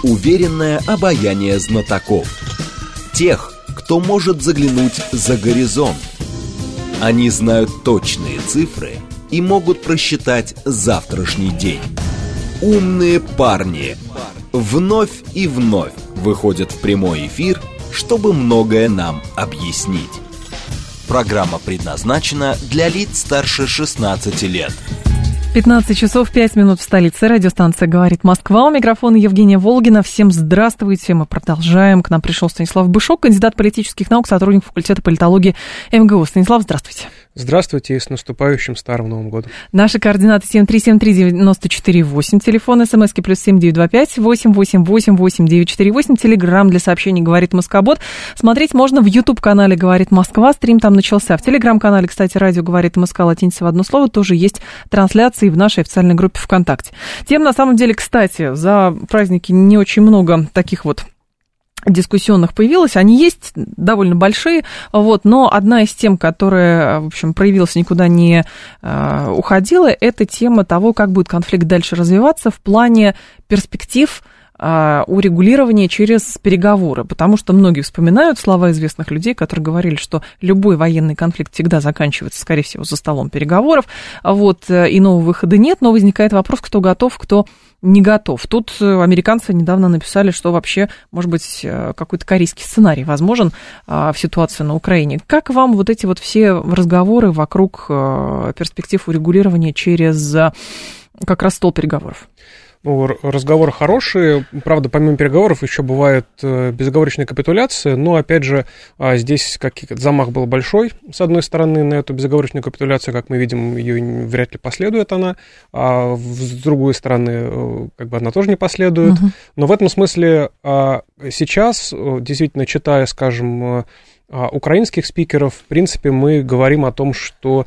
уверенное обаяние знатоков. Тех, кто может заглянуть за горизонт. Они знают точные цифры и могут просчитать завтрашний день. Умные парни вновь и вновь выходят в прямой эфир, чтобы многое нам объяснить. Программа предназначена для лиц старше 16 лет. 15 часов 5 минут в столице. Радиостанция «Говорит Москва». У микрофона Евгения Волгина. Всем здравствуйте. Мы продолжаем. К нам пришел Станислав Бышок, кандидат политических наук, сотрудник факультета политологии МГУ. Станислав, здравствуйте. Здравствуйте и с наступающим Старым Новым годом. Наши координаты 7373948, телефон СМСки +7 925 888 8948, телеграм для сообщений «Говорит Москобот». Смотреть можно в YouTube-канале «Говорит Москва», стрим там начался. В телеграм-канале, кстати, радио «Говорит Москва», латиница в одно слово, тоже есть трансляции в нашей официальной группе ВКонтакте. Тем, на самом деле, кстати, за праздники не очень много таких вот дискуссионных появилось, они есть довольно большие, вот, но одна из тем, которая, в общем, проявилась, никуда не уходила, это тема того, как будет конфликт дальше развиваться в плане перспектив урегулирования через переговоры, потому что многие вспоминают слова известных людей, которые говорили, что любой военный конфликт всегда заканчивается, скорее всего, за столом переговоров, вот, иного выхода нет, но возникает вопрос, кто готов, кто не готов. Тут американцы недавно написали, что вообще, может быть, какой-то корейский сценарий возможен в ситуации на Украине. Как вам вот эти вот все разговоры вокруг перспектив урегулирования через как раз стол переговоров? Ну, разговоры хорошие, правда, помимо переговоров еще бывает безоговорочная капитуляция, но, опять же, здесь замах был большой, с одной стороны, на эту безоговорочную капитуляцию, как мы видим, ее вряд ли последует она, а с другой стороны, как бы она тоже не последует, но в этом смысле сейчас, действительно, читая, скажем, украинских спикеров, в принципе, мы говорим о том, что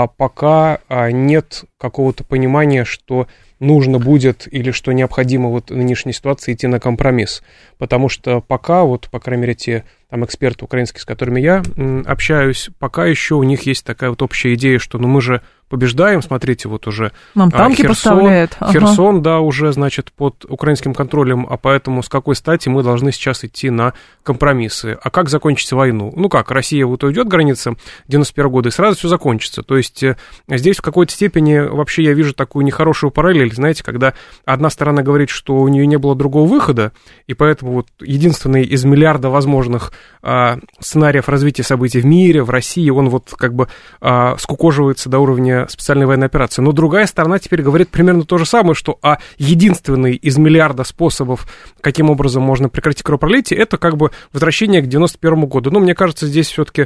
пока нет какого-то понимания, что нужно будет или что необходимо вот в нынешней ситуации идти на компромисс. Потому что пока, вот, по крайней мере, те там эксперты украинские, с которыми я общаюсь, пока еще у них есть такая вот общая идея, что ну мы же побеждаем, смотрите, вот уже нам танки поставляют. Херсон, да, уже, значит, под украинским контролем, а поэтому с какой стати мы должны сейчас идти на компромиссы? А как закончить войну? Ну как, Россия вот уйдет граница 91 года и сразу все закончится. То есть здесь в какой-то степени вообще я вижу такую нехорошую параллель, знаете, когда одна сторона говорит, что у нее не было другого выхода, и поэтому вот единственный из миллиарда возможных сценариев развития событий в мире, в России, он вот как бы скукоживается до уровня специальной военной операции. Но другая сторона теперь говорит примерно то же самое, что единственный из миллиарда способов, каким образом можно прекратить кровопролитие, это как бы возвращение к 91 году. Но мне кажется, здесь все-таки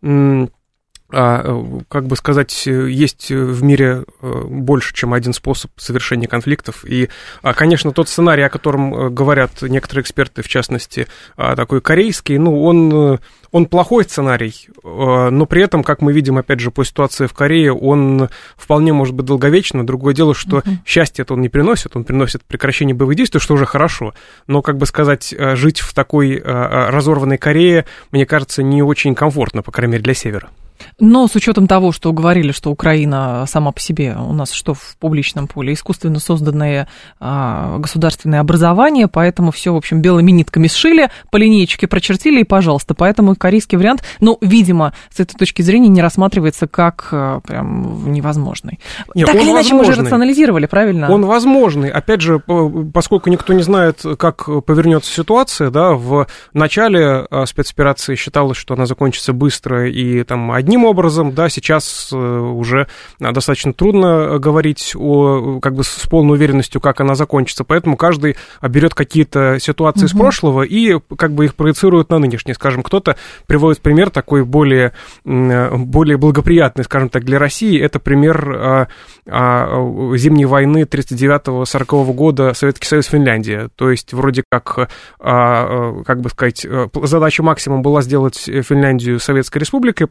как бы сказать, есть в мире больше, чем один способ совершения конфликтов. И, конечно, тот сценарий, о котором говорят некоторые эксперты, в частности, такой корейский, ну, он плохой сценарий, но при этом, как мы видим, опять же, по ситуации в Корее, он вполне может быть долговечным. Другое дело, что счастье это он не приносит, он приносит прекращение боевых действий, что уже хорошо. Но, как бы сказать, жить в такой разорванной Корее, мне кажется, не очень комфортно, по крайней мере, для Севера. Но с учетом того, что говорили, что Украина сама по себе у нас что в публичном поле, искусственно созданное государственное образование, поэтому все, в общем, белыми нитками сшили, по линеечке прочертили и, пожалуйста. Поэтому корейский вариант, ну, видимо, с этой точки зрения не рассматривается как прям невозможный. Нет, так или иначе, возможный. мы уже рационализировали, правильно? Он возможный. Опять же, поскольку никто не знает, как повернется ситуация, да, в начале спецоперации считалось, что она закончится быстро и там одним образом, да, сейчас уже достаточно трудно говорить как бы с полной уверенностью, как она закончится, поэтому каждый берет какие-то ситуации из прошлого и как бы их проецирует на нынешнее. Скажем, кто-то приводит пример такой более благоприятный, скажем так, для России, это пример зимней войны 39-40 года Советский Союз, Финляндия, то есть вроде как бы сказать, задача максимум была сделать Финляндию Советской Республикой, посадить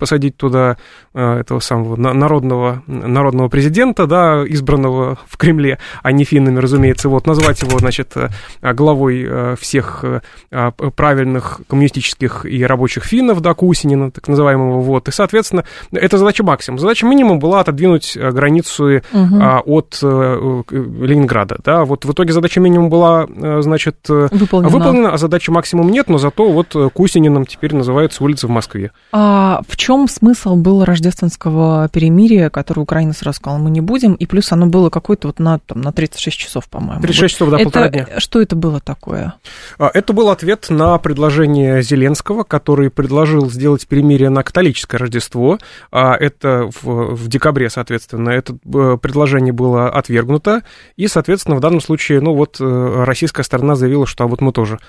туда этого самого народного президента, да, избранного в Кремле, а не финнами, разумеется, вот, назвать его, значит, главой всех правильных коммунистических и рабочих финнов, да, Кусинина, так называемого, вот, и, соответственно, это задача максимум. Задача минимум была отодвинуть границу от Ленинграда, да, вот в итоге задача минимум была, значит, выполнена, а задача максимум нет, но зато вот Кусининым теперь называется улица в Москве. А в чем смысл было рождественского перемирия, которое Украина сразу сказала, мы не будем, и плюс оно было какое-то вот на 36 часов, по-моему. 36 часов, да, полтора дня. Что это было такое? Это был ответ на предложение Зеленского, который предложил сделать перемирие на католическое Рождество. Это в декабре, соответственно, это предложение было отвергнуто, и, соответственно, в данном случае, ну вот, российская сторона заявила, что вот мы тоже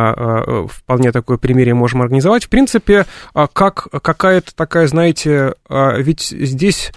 вполне такое перемирие можем организовать. В принципе, как какая-то такая, знаете, ведь здесь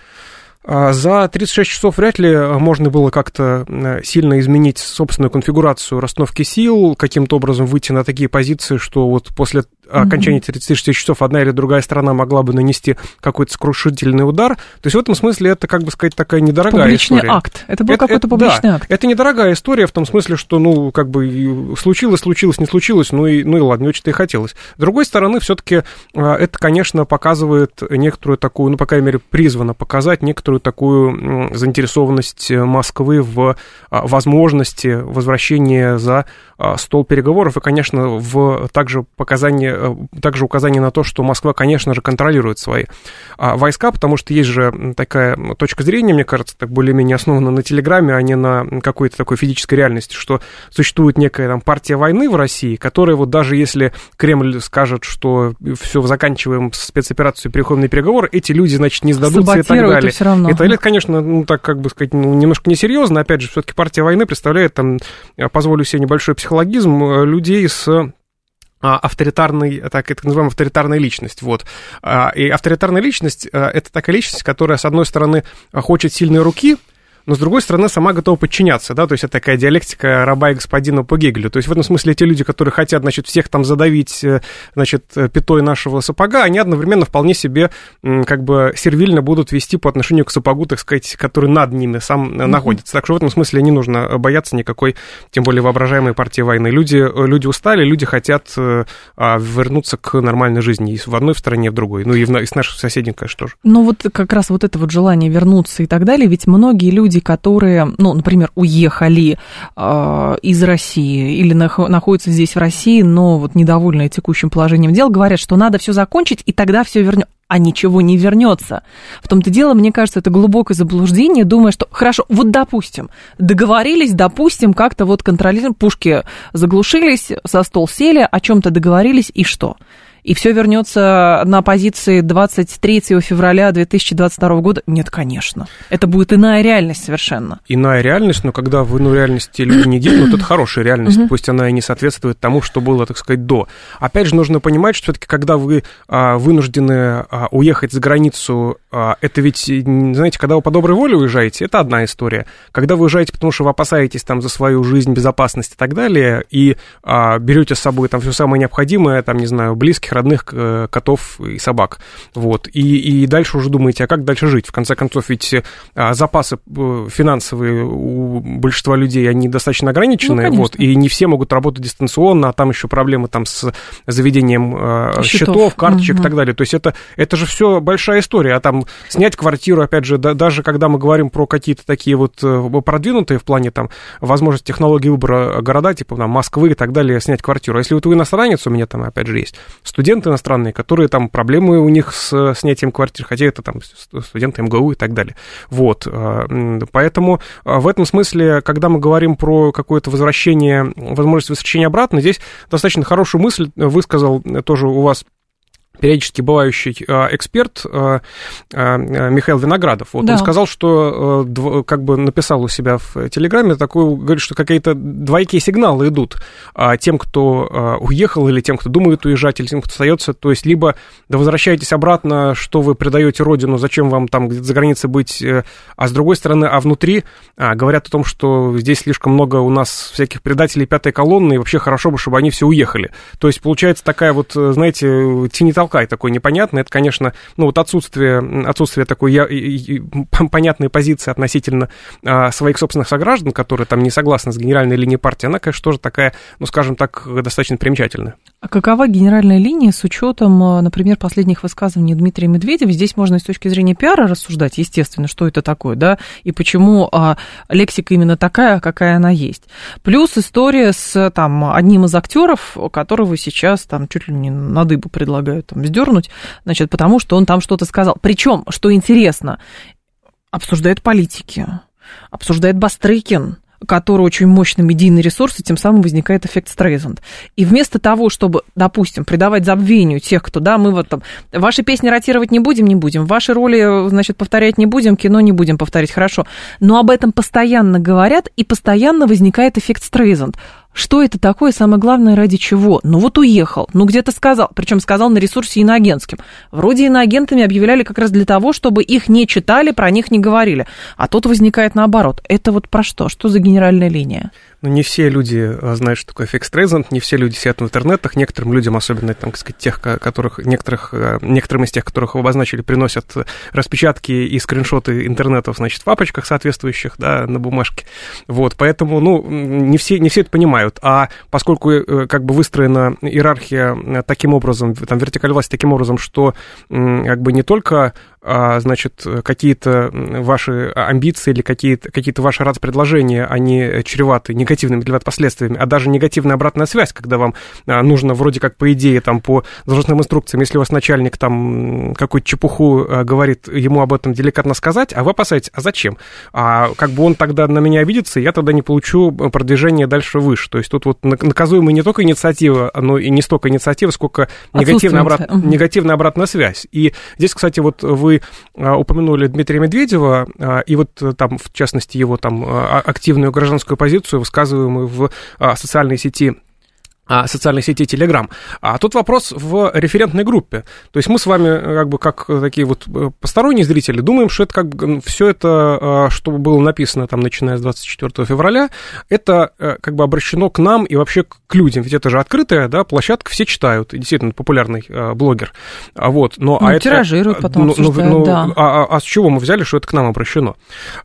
за 36 часов вряд ли можно было как-то сильно изменить собственную конфигурацию расстановки сил, каким-то образом выйти на такие позиции, что вот после окончания 36 часов одна или другая страна могла бы нанести какой-то сокрушительный удар. То есть в этом смысле это, как бы сказать, такая недорогая публичный история. Акт. Это был какой-то публичный акт. Это недорогая история в том смысле, что, ну, как бы случилось, не случилось, ну и ладно, не очень-то и хотелось. С другой стороны, все-таки это, конечно, показывает некоторую такую, ну, по крайней мере, призвано показать некоторую такую заинтересованность Москвы в возможности возвращения за стол переговоров и, конечно, также указание на то, что Москва, конечно же, контролирует свои войска, потому что есть же такая точка зрения, мне кажется, так более-менее основана на Телеграме, а не на какой-то такой физической реальности, что существует некая там партия войны в России, которая вот даже если Кремль скажет, что все, заканчиваем спецоперацию и переходим на переговоры, эти люди, значит, не сдадутся и так далее. Все равно. Это, конечно, ну, так, как бы сказать, ну, немножко несерьезно. Опять же, все-таки партия войны представляет, там, позволю себе небольшой психологизм, людей с авторитарной, так называемая авторитарная личность, вот. И авторитарная личность — это такая личность, которая, с одной стороны, хочет сильной руки, но, с другой стороны, сама готова подчиняться, да, то есть это такая диалектика раба и господина по Гегелю. То есть в этом смысле те люди, которые хотят, значит, всех там задавить, значит, пятой нашего сапога, они одновременно вполне себе как бы сервильно будут вести по отношению к сапогу, так сказать, который над ними сам находится. Так что в этом смысле не нужно бояться никакой, тем более воображаемой партии войны. Люди устали, люди хотят вернуться к нормальной жизни и в одной стране, и в другой. Ну и с наших соседей, конечно, тоже. Ну вот как раз вот это вот желание вернуться и так далее, ведь многие люди, которые, ну, например, уехали из России или находятся здесь в России, но вот недовольны текущим положением дел, говорят, что надо все закончить, и тогда все вернется. А ничего не вернется. В том-то дело, мне кажется, это глубокое заблуждение, думая, что, хорошо, вот допустим, договорились, допустим, как-то вот контролируем, пушки заглушились, за стол сели, о чем-то договорились, и что? И все вернется на позиции 23 февраля 2022 года? Нет, конечно. Это будет иная реальность совершенно. Иная реальность, но когда в иную реальность люди не гибнут, это хорошая реальность, пусть она и не соответствует тому, что было, так сказать, до. Опять же, нужно понимать, что все-таки, когда вы вынуждены уехать за границу, это ведь, знаете, когда вы по доброй воле уезжаете, это одна история. Когда вы уезжаете, потому что вы опасаетесь там за свою жизнь, безопасность и так далее, и берете с собой там все самое необходимое, там, не знаю, близких, родных, котов и собак. Вот. И дальше уже думаете, а как дальше жить? В конце концов, ведь запасы финансовые у большинства людей, они достаточно ограничены, ну, вот, и не все могут работать дистанционно, а там еще проблемы там с заведением счетов, карточек и так далее. То есть это же все большая история. А там снять квартиру, опять же, даже когда мы говорим про какие-то такие вот продвинутые в плане там возможности технологий выбора города, типа там Москвы и так далее, снять квартиру. Если вот вы иностранец, у меня там, опять же, есть студенты иностранные, которые там проблемы у них с снятием квартир, хотя это там студенты МГУ и так далее. Вот. Поэтому в этом смысле, когда мы говорим про какое-то возвращение, возможность возвращения обратно, здесь достаточно хорошую мысль высказал тоже у вас периодически бывающий эксперт Михаил Виноградов. Вот да. Он сказал, что как бы написал у себя в Телеграме такой, говорит, что какие-то двоякие сигналы идут тем, кто уехал, или тем, кто думает уезжать, или тем, кто остается. То есть либо да возвращаетесь обратно, что вы предаете родину, зачем вам там где-то за границей быть, а с другой стороны, а внутри говорят о том, что здесь слишком много у нас всяких предателей пятой колонны, и вообще хорошо бы, чтобы они все уехали. То есть получается такая вот, знаете, тинитология потолка и такой непонятный. Это, конечно, ну, вот отсутствие такой понятной позиции относительно своих собственных сограждан, которые там не согласны с генеральной линией партии, она, конечно, тоже такая, ну, скажем так, достаточно примечательная. А какова генеральная линия с учетом, например, последних высказываний Дмитрия Медведева? Здесь можно и с точки зрения пиара рассуждать, естественно, что это такое, да, и почему лексика именно такая, какая она есть. Плюс история с там одним из актеров, которого сейчас там чуть ли не на дыбу предлагают там сдернуть, значит, потому что он там что-то сказал. Причем, что интересно, обсуждают политики, обсуждает Бастрыкин, который очень мощный медийный ресурс, и тем самым возникает эффект Стрейзанд. И вместо того, чтобы, допустим, придавать забвению тех, кто, да, мы вот там, ваши песни ротировать не будем, ваши роли, значит, повторять не будем, кино не будем повторять, хорошо, но об этом постоянно говорят, и постоянно возникает эффект Стрейзанд. Что это такое, самое главное, ради чего? Ну вот уехал, ну где-то сказал, причем сказал на ресурсе иноагентским. Вроде иноагентами объявляли как раз для того, чтобы их не читали, про них не говорили. А тут возникает наоборот. Это вот про что? Что за генеральная линия? Ну, не все люди знают, что такое эффект Стрейзанд, не все люди сидят в интернетах, некоторым людям, особенно, там, так сказать, тех, некоторым из тех, которых вы обозначили, приносят распечатки и скриншоты интернетов, значит, в папочках соответствующих, да, на бумажке, вот, поэтому, ну, не все это понимают, а поскольку, как бы, выстроена иерархия таким образом, там, вертикаль власти таким образом, что, как бы, не только значит, какие-то ваши амбиции или какие-то ваши предложения, они чреваты негативными для вас последствиями, а даже негативная обратная связь, когда вам нужно вроде как по идее, там, по должностным инструкциям, если у вас начальник там какую-то чепуху говорит, ему об этом деликатно сказать, а вы опасаетесь, а зачем? А как бы он тогда на меня обидится, и я тогда не получу продвижение дальше выше. То есть тут вот наказуемая не только инициатива, но и не столько инициатива, сколько негативная обратная связь. И здесь, кстати, вот вы упомянули Дмитрия Медведева, и вот там, в частности, его там активную гражданскую позицию, высказываемую в социальной сети Telegram. А тут вопрос в референтной группе. То есть мы с вами, как бы, как такие вот посторонние зрители, думаем, что это как бы все это, что было написано там, начиная с 24 февраля, это как бы обращено к нам и вообще к людям. Ведь это же открытая, да, площадка, все читают, и действительно популярный блогер. Вот. Но, тиражируют потом, обсуждают, да. А с чего мы взяли, что это к нам обращено?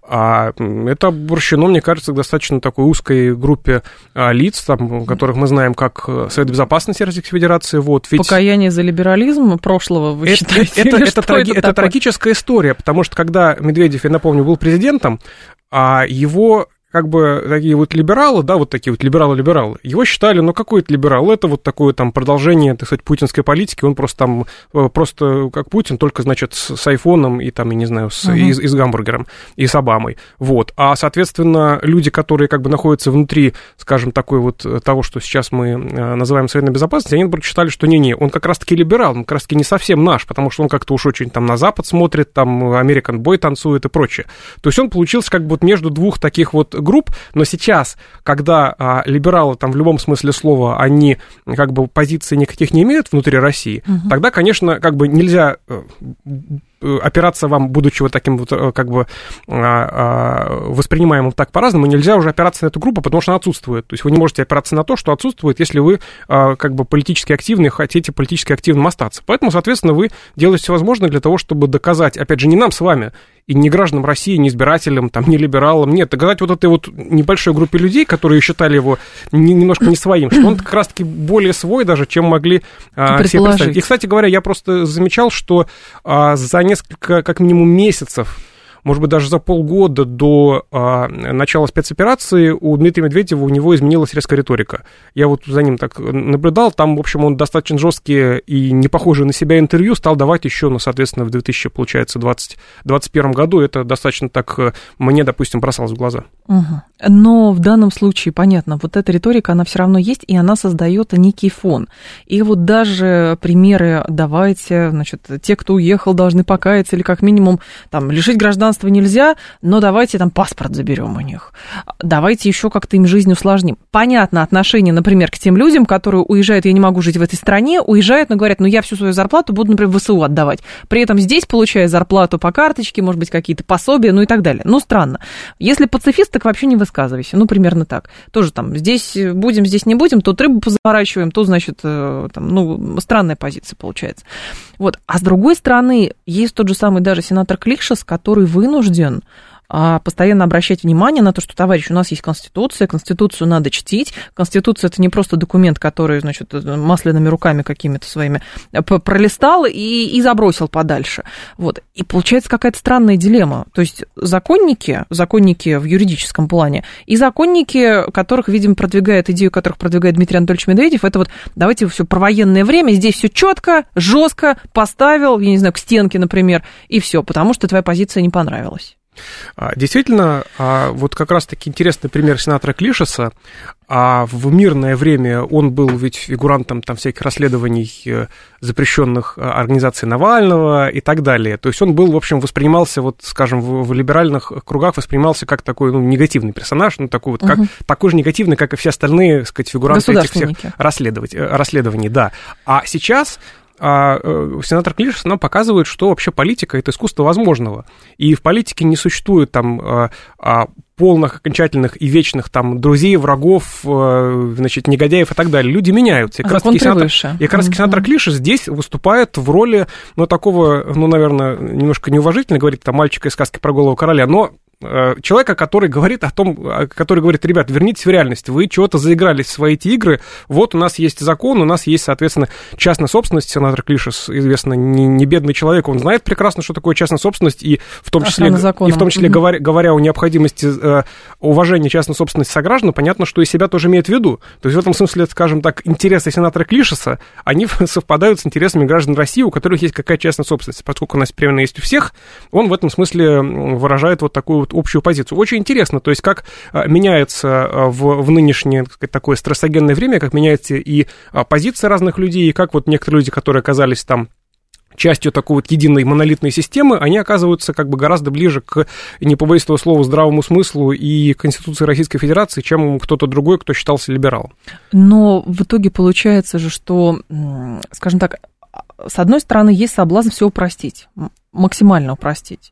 Это обращено, мне кажется, к достаточно такой узкой группе лиц, там, которых мы знаем как Совет Безопасности Российской Федерации. Вот, ведь покаяние за либерализм прошлого, вы считаете? Это трагическая история, потому что когда Медведев, я напомню, был президентом, его как бы такие вот либералы, да, вот такие вот либералы, его считали, ну, какой это либерал? Это вот такое там продолжение, так сказать, путинской политики, он просто там, просто как Путин, только, значит, с айфоном и там, я не знаю, и с гамбургером, и с Обамой, вот. А, соответственно, люди, которые как бы находятся внутри, скажем, такой вот того, что сейчас мы называем Советом Безопасности, они, наоборот, считали, что не-не, он как раз-таки либерал, он как раз-таки не совсем наш, потому что он как-то уж очень там на Запад смотрит, там American Boy танцует и прочее. То есть он получился как бы вот между двух таких вот групп, но сейчас, когда либералы там в любом смысле слова, они как бы позиций никаких не имеют внутри России, тогда, конечно, как бы нельзя опираться вам, будучи вот таким вот, как бы, воспринимаемым так по-разному, нельзя уже опираться на эту группу, потому что она отсутствует. То есть вы не можете опираться на то, что отсутствует, если вы, как бы, политически активны, хотите политически активным остаться. Поэтому, соответственно, вы делаете все возможное для того, чтобы доказать, опять же, не нам с вами, и не гражданам России, не избирателям, там, не либералам, нет, доказать вот этой вот небольшой группе людей, которые считали его немножко не своим, что он как раз-таки более свой даже, чем могли себе представить. И, кстати говоря, я просто замечал, что за несколько, как минимум, месяцев, может быть, даже за полгода до начала спецоперации у Дмитрия Медведева, у него изменилась резко риторика. Я вот за ним так наблюдал, там, в общем, он достаточно жесткие и не похожие на себя интервью стал давать еще, ну, соответственно, в 2021 году. Это достаточно так мне, допустим, бросалось в глаза. Но в данном случае, понятно, вот эта риторика, она все равно есть, и она создает некий фон. И вот даже примеры давайте, значит, те, кто уехал, должны покаяться или как минимум там лишить гражданства гражданство нельзя, но давайте там паспорт заберем у них. Давайте еще как-то им жизнь усложним. Понятно отношение, например, к тем людям, которые уезжают, я не могу жить в этой стране, уезжают, но говорят, я всю свою зарплату буду, например, в ВСУ отдавать. При этом здесь получаю зарплату по карточке, может быть, какие-то пособия, и так далее. Странно. Если пацифист, так вообще не высказывайся. Примерно так. Тоже там, здесь будем, здесь не будем, то рыбу позаворачиваем, то, значит, странная позиция получается. А с другой стороны, есть тот же самый даже сенатор Клишес, который вынужден постоянно обращать внимание на то, что, товарищ, у нас есть Конституция, Конституцию надо чтить. Конституция – это не просто документ, который, значит, масляными руками какими-то своими пролистал и забросил подальше. И получается какая-то странная дилемма. То есть законники в юридическом плане, и законники, которых, видимо, идею которых продвигает Дмитрий Анатольевич Медведев, это давайте все про военное время, здесь все четко, жестко поставил, я не знаю, к стенке, например, и все, потому что твоя позиция не понравилась. Действительно, как раз-таки интересный пример сенатора Клишеса. В мирное время он был ведь фигурантом всяких расследований запрещенных организаций Навального и так далее. То есть он был, в общем, воспринимался, скажем, в либеральных кругах воспринимался как такой негативный персонаж, такой же негативный, как и все остальные, так сказать, фигуранты этих всех расследований. Да. А сейчас сенатор Клишес нам показывает, что вообще политика – это искусство возможного. И в политике не существует полных, окончательных и вечных друзей, врагов, негодяев и так далее. Люди меняются. И как раз сенатор Клишес здесь выступает в роли, такого, наверное, немножко неуважительно, говорит мальчика из сказки про голову короля, но человека, который говорит ребят, вернитесь в реальность, вы чего-то заигрались в свои эти игры, у нас есть закон, у нас есть, соответственно, частная собственность. Сенатор Клишес, известно, не бедный человек, он знает прекрасно, что такое частная собственность, и в том числе говоря о необходимости уважения частной собственности сограждан, понятно, что и себя тоже имеет в виду. То есть в этом смысле, скажем так, интересы сенатора Клишеса, они совпадают с интересами граждан России, у которых есть какая-то частная собственность. Поскольку у нас примерно есть у всех, он в этом смысле выражает такую общую позицию. Очень интересно, то есть как меняется в нынешнее, так сказать, такое стрессогенное время, как меняется и позиция разных людей, и как некоторые люди, которые оказались частью такой единой монолитной системы, они оказываются гораздо ближе к, не побоюсь этого слова, здравому смыслу и Конституции Российской Федерации, чем кто-то другой, кто считался либералом. Но в итоге получается же, что, скажем так, с одной стороны, есть соблазн все упростить, максимально упростить.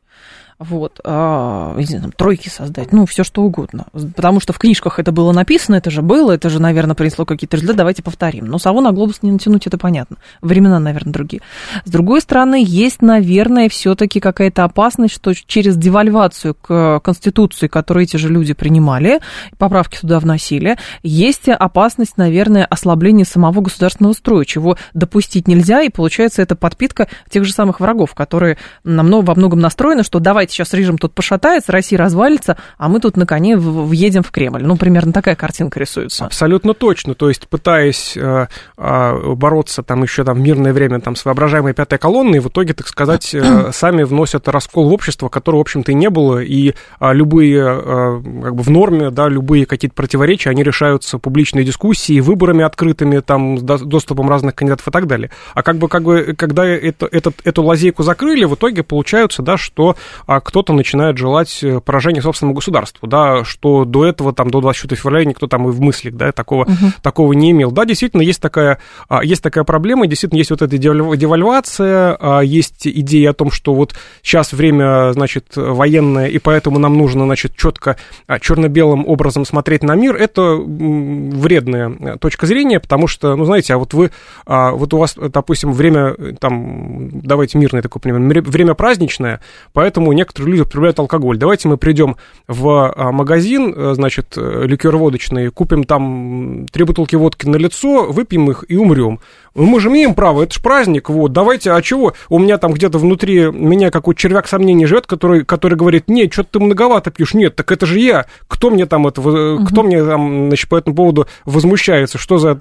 Тройки создать, все что угодно. Потому что в книжках это было написано, это же, наверное, принесло какие-то результаты, давайте повторим. Но сову на глобус не натянуть, это понятно. Времена, наверное, другие. С другой стороны, есть, наверное, все-таки какая-то опасность, что через девальвацию к Конституции, которую эти же люди принимали, поправки туда вносили, есть опасность, наверное, ослабления самого государственного строя, чего допустить нельзя, и получается это подпитка тех же самых врагов, которые во многом настроены, что давайте сейчас режим тут пошатается, Россия развалится, а мы тут на коне въедем в Кремль. Примерно такая картинка рисуется. Абсолютно точно. То есть, пытаясь бороться еще в мирное время с воображаемой пятой колонной, в итоге, так сказать, сами вносят раскол в общество, которого, в общем-то, и не было, и любые, в норме, любые какие-то противоречия, они решаются публичной дискуссией, выборами открытыми, с доступом разных кандидатов и так далее. А когда эту лазейку закрыли, в итоге получается, что кто-то начинает желать поражения собственному государству, что до этого, до 24 февраля никто и в мыслях, такого не имел. Да, действительно, есть такая проблема, действительно, есть эта девальвация, есть идея о том, что сейчас время, военное, и поэтому нам нужно, четко, черно-белым образом смотреть на мир. Это вредная точка зрения, потому что, знаете, вы, у вас, допустим, время, давайте мирное такое пример, время праздничное, поэтому некоторые люди употребляют алкоголь. Давайте мы придем в магазин, ликер-водочный, купим 3 бутылки водки на лицо, выпьем их и умрем. Мы же имеем право, это же праздник, давайте, а чего? У меня где-то внутри меня какой-то червяк сомнений живет, который говорит, нет, что-то ты многовато пьешь, нет, так это же я, кто мне кто мне по этому поводу возмущается, что за,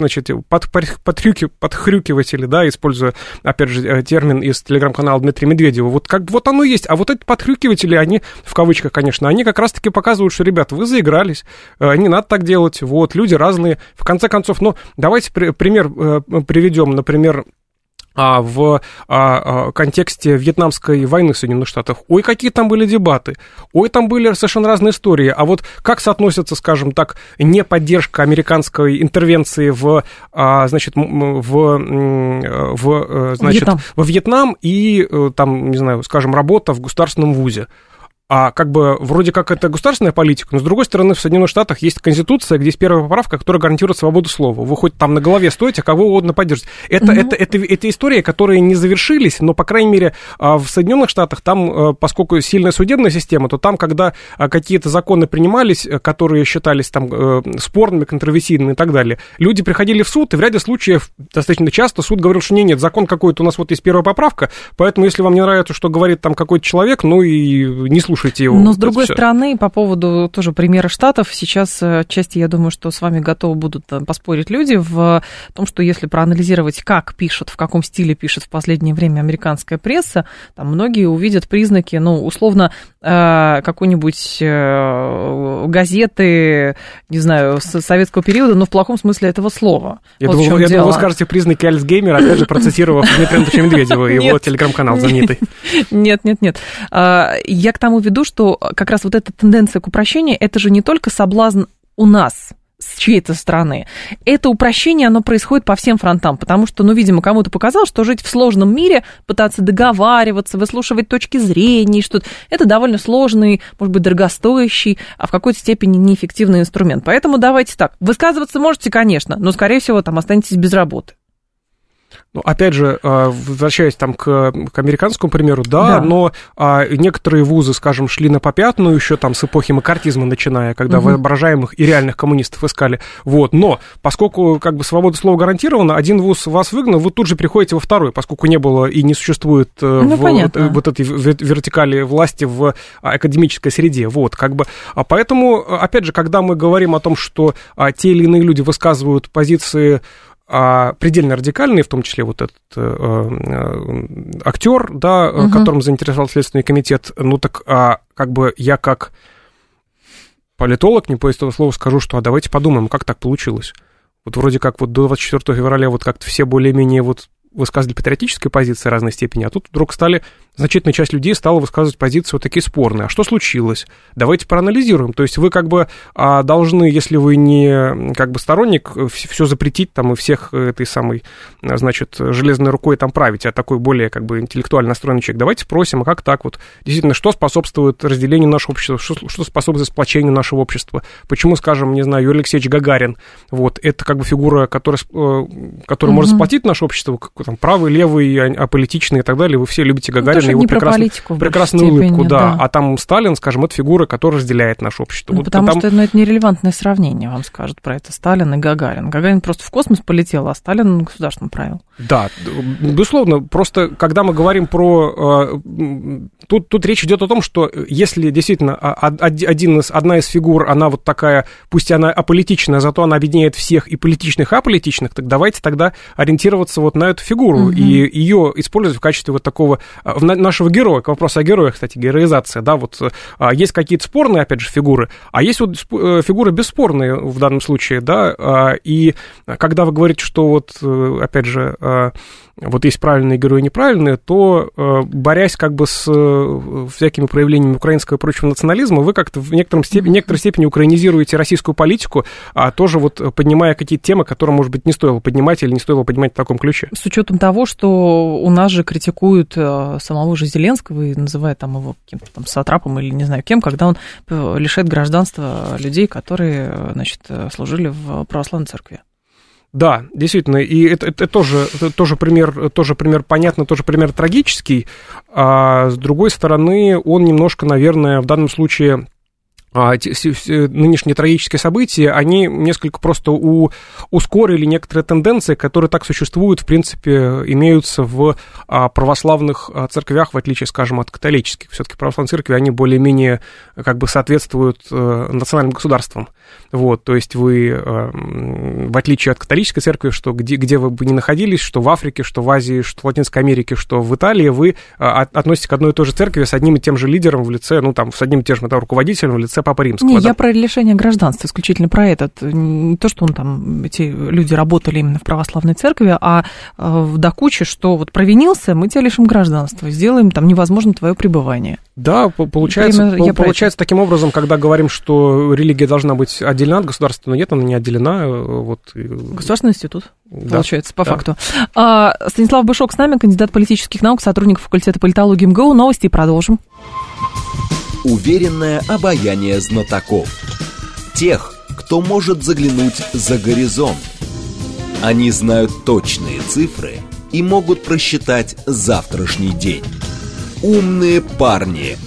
подхрюкиватели, используя, опять же, термин из телеграм-канала Дмитрия Медведева, оно есть, а эти подхрюкиватели, они, в кавычках, конечно, они как раз-таки показывают, что, ребята, вы заигрались, не надо так делать, люди разные, в конце концов, давайте пример приведем, например, в контексте Вьетнамской войны в Соединенных Штатах. Ой, какие там были дебаты. Ой, там были совершенно разные истории. А вот как соотносится, скажем так, неподдержка американской интервенции во Вьетнам и, там, не знаю, скажем, работа в государственном вузе. А как бы вроде как это государственная политика, но с другой стороны в Соединенных Штатах есть Конституция, где есть первая поправка, которая гарантирует свободу слова. Вы хоть там на голове стоите, а кого угодно поддержите. Это истории, которые не завершились, но, по крайней мере, в Соединенных Штатах там, поскольку сильная судебная система, то там, когда какие-то законы принимались, которые считались там спорными, контроверсийными и так далее, люди приходили в суд, и в ряде случаев достаточно часто суд говорил, что нет, закон какой-то, у нас вот есть первая поправка, поэтому если вам не нравится, что говорит там какой-то человек, ну и не слушайте его. Но, с другой стороны, по поводу тоже примера Штатов, сейчас отчасти, я думаю, что с вами готовы будут поспорить люди в том, что если проанализировать, как пишут, в каком стиле пишет в последнее время американская пресса, там многие увидят признаки, ну, условно, какой-нибудь газеты, не знаю, советского периода, но в плохом смысле этого слова. Я думаю, вы скажете признаки Альцгеймера, опять же, процитировав Дмитрия Анатольевича Медведева и его телеграм-канал знаменитый. Нет. Я к тому веду, что как раз вот эта тенденция к упрощению, это же не только соблазн у нас, с чьей-то стороны. Это упрощение, оно происходит по всем фронтам, потому что, ну, видимо, кому-то показалось, что жить в сложном мире, пытаться договариваться, выслушивать точки зрения, что-то, это довольно сложный, может быть, дорогостоящий, а в какой-то степени неэффективный инструмент. Поэтому давайте так, высказываться можете, конечно, но, скорее всего, там останетесь без работы. Ну, опять же, возвращаясь там к американскому примеру, да. Но некоторые вузы, скажем, шли на попятную еще там с эпохи маккартизма начиная, когда воображаемых и реальных коммунистов искали. Вот. Но поскольку как бы свобода слова гарантирована, один вуз вас выгнал, вы тут же приходите во второй, поскольку не было и не существует вот этой вертикали власти в академической среде. Вот, как бы. Поэтому, опять же, когда мы говорим о том, что те или иные люди высказывают позиции предельно радикальные, в том числе вот этот актер, да, которым заинтересовал Следственный комитет, ну так как бы я как политолог, не по этого слова, скажу, что давайте подумаем, как так получилось. Вот вроде как вот до 24 февраля вот как-то все более-менее вот высказывали патриотические позиции разной степени, а тут вдруг значительная часть людей стала высказывать позиции вот такие спорные. А что случилось? Давайте проанализируем. То есть вы как бы должны, если вы не как бы сторонник, все запретить там и всех этой самой, значит, железной рукой там править, а такой более как бы интеллектуально настроенный человек. Давайте спросим, а как так вот? Действительно, что способствует разделению нашего общества? Что способствует сплочению нашего общества? Почему, скажем, не знаю, Юрий Алексеевич Гагарин, вот, это как бы фигура, которая может сплотить наше общество, там, правый, левый, аполитичный и так далее. Вы все любите Гагарина, его прекрасную улыбку, да. А там Сталин, скажем, это фигура, которая разделяет наше общество. Ну, вот потому что это нерелевантное сравнение, вам скажут про это Сталин и Гагарин. Гагарин просто в космос полетел, а Сталин государством правил. Да, безусловно. Просто, когда мы говорим про... Тут речь идет о том, что если действительно одна из фигур, она вот такая, пусть она аполитичная, зато она объединяет всех и политичных, и аполитичных, так давайте тогда ориентироваться вот на эту фигуру и ее использовать в качестве вот такого нашего героя. К вопросу о героях, кстати, героизация, да, вот есть какие-то спорные, опять же, фигуры, а есть вот фигуры бесспорные в данном случае, да, и когда вы говорите, что вот, опять же, вот есть правильные герои и неправильные, то, борясь как бы с всякими проявлениями украинского и прочего национализма, вы как-то в некоторой степени украинизируете российскую политику, тоже вот поднимая какие-то темы, которые, может быть, не стоило поднимать или не стоило поднимать в таком ключе. С учетом того, что у нас же критикуют самого же Зеленского и называют там его каким-то там сатрапом или не знаю кем, когда он лишает гражданства людей, которые, значит, служили в православной церкви. Да, действительно, и это тоже пример понятный, тоже пример трагический, а с другой стороны, он немножко, наверное, в данном случае... нынешние трагические события, они несколько просто ускорили некоторые тенденции, которые так существуют, в принципе, имеются в православных церквях, в отличие, скажем, от католических. Все-таки православные церкви, они более-менее как бы соответствуют национальным государствам. Вот, то есть вы, в отличие от католической церкви, что где вы бы ни находились, что в Африке, что в Азии, что в Латинской Америке, что в Италии, вы относитесь к одной и той же церкви с одним и тем же лидером в лице, ну, там, с одним и тем же руководителем в лице Папы Римского. Не, я про лишение гражданства, исключительно про этот. Не то, что он там, эти люди работали именно в православной церкви, а до кучи, что вот провинился, мы тебя лишим гражданства, сделаем там невозможно твое пребывание. Да, получается таким образом, когда говорим, что религия должна быть отделена от государства, но нет, она не отделена. Вот. Государственный институт, получается, по факту. Станислав Бышок с нами, кандидат политических наук, сотрудник факультета политологии МГУ. Новости и продолжим. Уверенное обаяние знатоков. Тех, кто может заглянуть за горизонт. Они знают точные цифры и могут просчитать завтрашний день. Умные парни.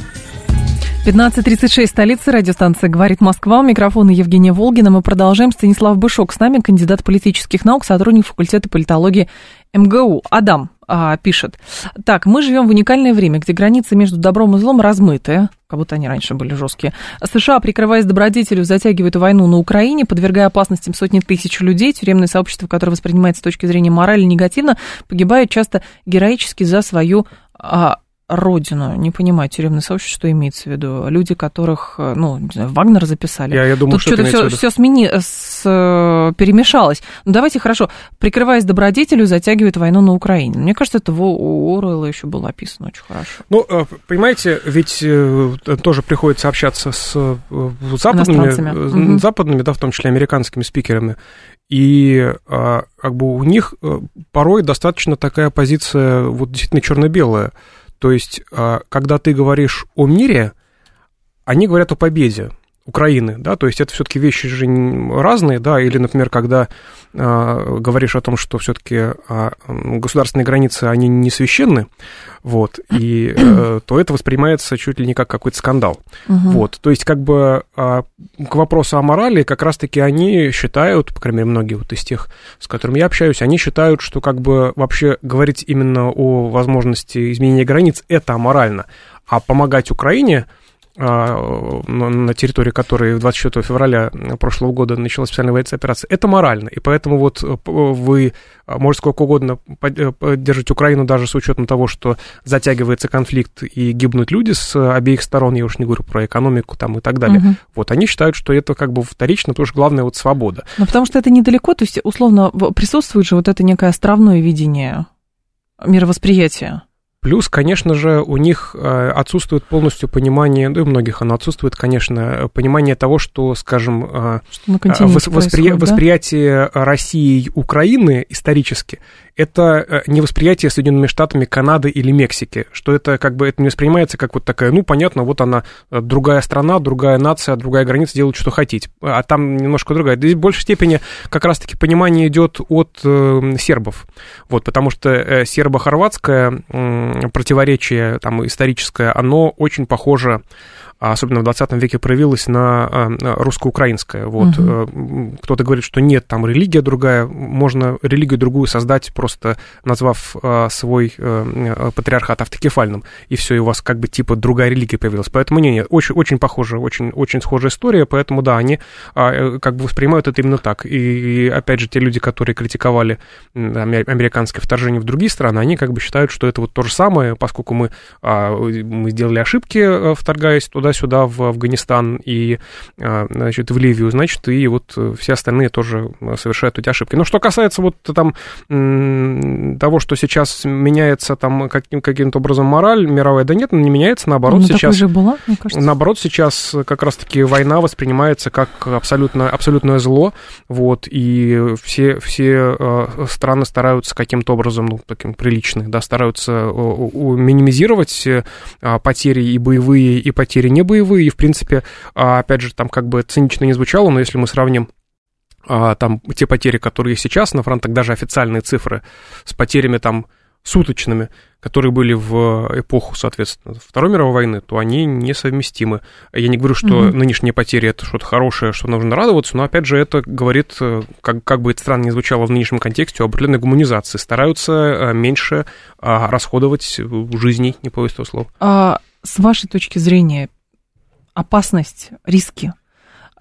15:36, столица, радиостанция «Говорит Москва». У микрофона Евгения Волгина. Мы продолжаем. Станислав Бышок с нами, кандидат политических наук, сотрудник факультета политологии МГУ. Адам пишет. Так, мы живем в уникальное время, где границы между добром и злом размыты, как будто они раньше были жесткие. США, прикрываясь добродетелью, затягивают войну на Украине, подвергая опасностям сотни тысяч людей. Тюремное сообщество, которое воспринимается с точки зрения морали негативно, погибает часто героически за свою родину. Не понимаю, тюремное сообщество, что имеется в виду? Люди, которых, не знаю, Вагнер записали. Я думаю, тут что-то все перемешалось. Ну, давайте, хорошо, прикрываясь добродетелью, затягивает войну на Украине. Мне кажется, это у Оруэлла еще было описано очень хорошо. Ну, понимаете, ведь тоже приходится общаться с западными, да, в том числе американскими спикерами. И как бы у них порой достаточно такая позиция вот действительно черно-белая. То есть, когда ты говоришь о мире, они говорят о победе Украины, да, то есть это все-таки вещи же разные, да, или, например, когда говоришь о том, что все-таки государственные границы, они не священны, вот, и то это воспринимается чуть ли не как какой-то скандал, вот, то есть как бы к вопросу о морали как раз-таки они считают, по крайней мере, многие вот из тех, с которыми я общаюсь, они считают, что как бы вообще говорить именно о возможности изменения границ – это аморально, а помогать Украине, на территории которой 24 февраля прошлого года началась специальная военная операция, это морально. И поэтому вот вы можете сколько угодно поддерживать Украину даже с учетом того, что затягивается конфликт и гибнут люди с обеих сторон, я уж не говорю про экономику там и так далее. Вот они считают, что это как бы вторично, потому что главное вот свобода. Ну, потому что это недалеко, то есть, условно, присутствует же вот это некое островное видение мировосприятия. Плюс, конечно же, у них отсутствует полностью понимание, да и у многих оно отсутствует, конечно, понимание того, что, скажем, восприятие России и Украины исторически это не восприятие Соединенными Штатами, Канады или Мексики, что это как бы это не воспринимается как вот такая, ну, понятно, вот она, другая страна, другая нация, другая граница, делают, что хотите, а там немножко другая. Здесь в большей степени как раз-таки понимание идет от сербов, вот, потому что сербо-хорватское противоречие там историческое, оно очень похоже, особенно в 20 веке, проявилось на русско-украинское. Вот. Кто-то говорит, что нет, там религия другая, можно религию другую создать, просто назвав свой патриархат автокефальным, и все, и у вас как бы типа другая религия появилась. Поэтому нет, очень похожая, очень схожая история, поэтому да, они как бы воспринимают это именно так. И опять же, те люди, которые критиковали американское вторжение в другие страны, они как бы считают, что это вот то же самое, поскольку мы сделали ошибки, вторгаясь туда-сюда в Афганистан и, значит, в Ливию, значит, и вот все остальные тоже совершают эти ошибки. Но что касается вот там того, что сейчас меняется там каким-то образом мораль мировая, да нет, она не меняется, наоборот, сейчас... же была, мне кажется. Наоборот, сейчас как раз-таки война воспринимается как абсолютное зло, вот, и все страны стараются каким-то образом, ну, таким приличным, да, стараются минимизировать потери и боевые, и потери не боевые, и, в принципе, опять же, там как бы цинично не звучало, но если мы сравним там те потери, которые есть сейчас на фронтах, даже официальные цифры, с потерями там суточными, которые были в эпоху, соответственно, Второй мировой войны, то они несовместимы. Я не говорю, что нынешние потери — это что-то хорошее, что нужно радоваться, но, опять же, это говорит, как бы это странно ни звучало в нынешнем контексте, о определенной гуманизации. Стараются меньше расходовать жизней, не побоюсь этого слова. С вашей точки зрения, опасность, риски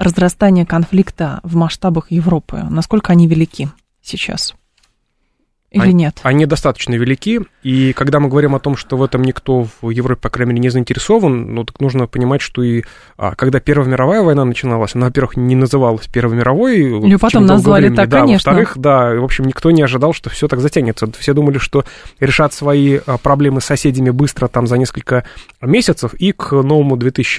разрастания конфликта в масштабах Европы, насколько они велики сейчас? Или нет? Они достаточно велики, и когда мы говорим о том, что в этом никто в Европе, по крайней мере, не заинтересован, ну, так нужно понимать, что и когда Первая мировая война начиналась, она, во-первых, не называлась Первой мировой. Или потом назвали так, да, конечно. Во-вторых, да, в общем, никто не ожидал, что все так затянется. Все думали, что решат свои проблемы с соседями быстро, там, за несколько месяцев, и к новому